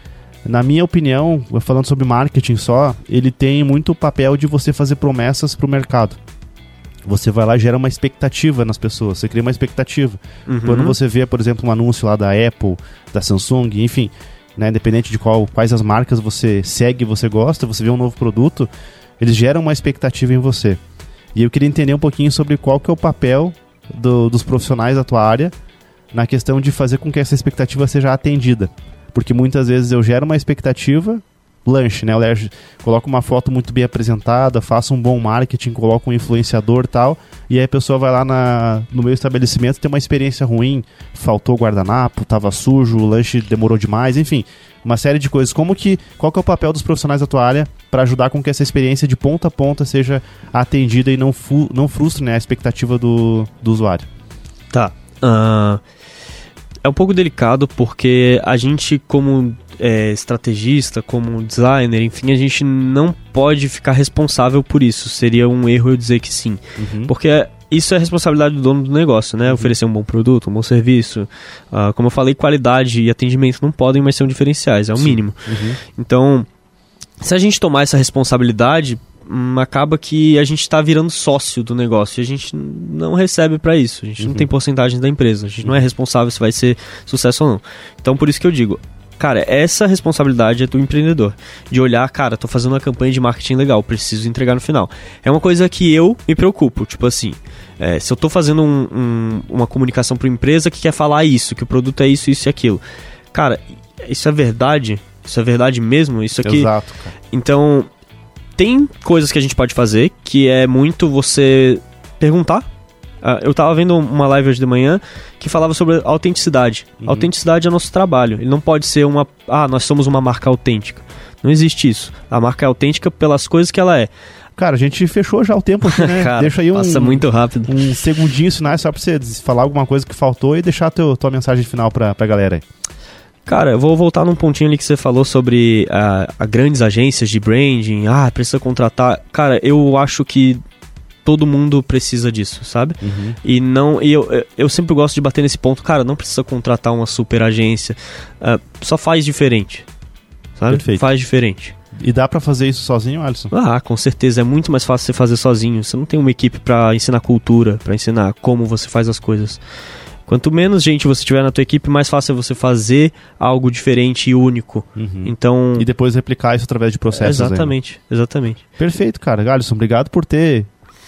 [SPEAKER 1] Na minha opinião, falando sobre marketing só, ele tem muito o papel de você fazer promessas pro mercado. Você vai lá e gera uma expectativa nas pessoas, você cria uma expectativa. Uhum. Quando você vê, por exemplo, um anúncio lá da Apple, da Samsung, enfim, né, independente de qual, quais as marcas você segue e você gosta, você vê um novo produto, eles geram uma expectativa em você. E eu queria entender um pouquinho sobre qual que é o papel do, dos profissionais da tua área na questão de fazer com que essa expectativa seja atendida. Porque muitas vezes eu gero uma expectativa, lanche, né? Eu coloco uma foto muito bem apresentada, faço um bom marketing, coloco um influenciador e tal, e aí a pessoa vai lá na, no meu estabelecimento e tem uma experiência ruim, faltou guardanapo, tava sujo, o lanche demorou demais, enfim, uma série de coisas. Como que, qual que é o papel dos profissionais da tua área para ajudar com que essa experiência de ponta a ponta seja atendida e não, fu- não frustre, né, a expectativa do, do usuário?
[SPEAKER 2] Tá. Uh, é um pouco delicado porque a gente, como é, estrategista, como designer, enfim, a gente não pode ficar responsável por isso. Seria um erro eu dizer que sim. Uhum. Porque isso é responsabilidade do dono do negócio, né? Uhum. Oferecer um bom produto, um bom serviço. Uh, como eu falei, qualidade e atendimento não podem mais ser um diferenciais, é o sim. mínimo. Uhum. Então, se a gente tomar essa responsabilidade, hum, acaba que a gente está virando sócio do negócio e a gente não recebe para isso. A gente uhum. não tem porcentagem da empresa. A gente uhum. não é responsável se vai ser sucesso ou não. Então, por isso que eu digo, cara, essa responsabilidade é do empreendedor. De olhar, cara, tô fazendo uma campanha de marketing legal, preciso entregar no final. É uma coisa que eu me preocupo, tipo assim, é, se eu tô fazendo um, um, uma comunicação para uma empresa que quer falar isso, que o produto é isso, isso e aquilo. Cara, isso é verdade? Isso é verdade mesmo? Isso aqui...
[SPEAKER 1] Exato, cara.
[SPEAKER 2] Então, tem coisas que a gente pode fazer, que é muito você perguntar. Uh, eu tava vendo uma live hoje de manhã que falava sobre autenticidade. Uhum. Autenticidade é nosso trabalho. Ele não pode ser uma... ah, nós somos uma marca autêntica. Não existe isso. A marca é autêntica pelas coisas que ela é.
[SPEAKER 1] Cara, a gente fechou já o tempo aqui, né?
[SPEAKER 2] Cara,
[SPEAKER 1] deixa aí um,
[SPEAKER 2] passa muito rápido.
[SPEAKER 1] Um segundinho sinais só pra você falar alguma coisa que faltou e deixar teu, tua mensagem final pra, pra galera aí.
[SPEAKER 2] Cara, eu vou voltar num pontinho ali que você falou sobre a, a grandes agências de branding. Ah, precisa contratar. Cara, eu acho que todo mundo precisa disso, sabe? Uhum. E não, e eu, eu sempre gosto de bater nesse ponto. Cara, não precisa contratar uma super agência. Uh, só faz diferente, sabe?
[SPEAKER 1] Perfeito.
[SPEAKER 2] Faz diferente.
[SPEAKER 1] E dá pra fazer isso sozinho, Alisson?
[SPEAKER 2] Ah, com certeza. É muito mais fácil você fazer sozinho. Você não tem uma equipe pra ensinar cultura, pra ensinar como você faz as coisas. Quanto menos gente você tiver na tua equipe, mais fácil é você fazer algo diferente e único. Uhum. Então...
[SPEAKER 1] e depois replicar isso através de processos.
[SPEAKER 2] Exatamente,
[SPEAKER 1] ainda.
[SPEAKER 2] exatamente.
[SPEAKER 1] Perfeito, cara. Alisson, obrigado por ter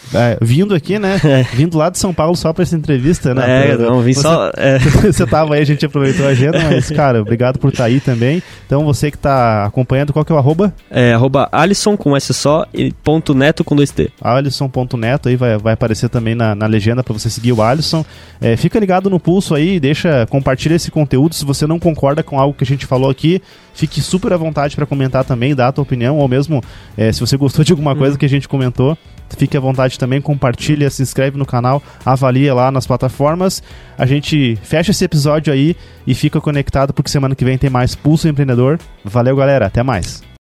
[SPEAKER 1] É, vindo aqui, né? É. Vindo lá de São Paulo só pra essa entrevista, né?
[SPEAKER 2] É, não, vim
[SPEAKER 1] você,
[SPEAKER 2] só... É.
[SPEAKER 1] Você tava aí, a gente aproveitou a agenda, mas, cara, obrigado por estar aí também. Então, você que tá acompanhando, qual que é o arroba?
[SPEAKER 2] É, arroba Alisson com S só e ponto neto com dois T.
[SPEAKER 1] Alisson ponto neto, aí vai, vai aparecer também na, na legenda pra você seguir o Alisson. É, fica ligado no Pulso aí, deixa, compartilha esse conteúdo. Se você não concorda com algo que a gente falou aqui, fique super à vontade pra comentar também, dar a tua opinião, ou mesmo é, se você gostou de alguma coisa hum. que a gente comentou, fique à vontade também, compartilha, se inscreve no canal, avalia lá nas plataformas. A gente fecha esse episódio aí e fica conectado porque semana que vem tem mais Pulso Empreendedor. Valeu, galera, até mais.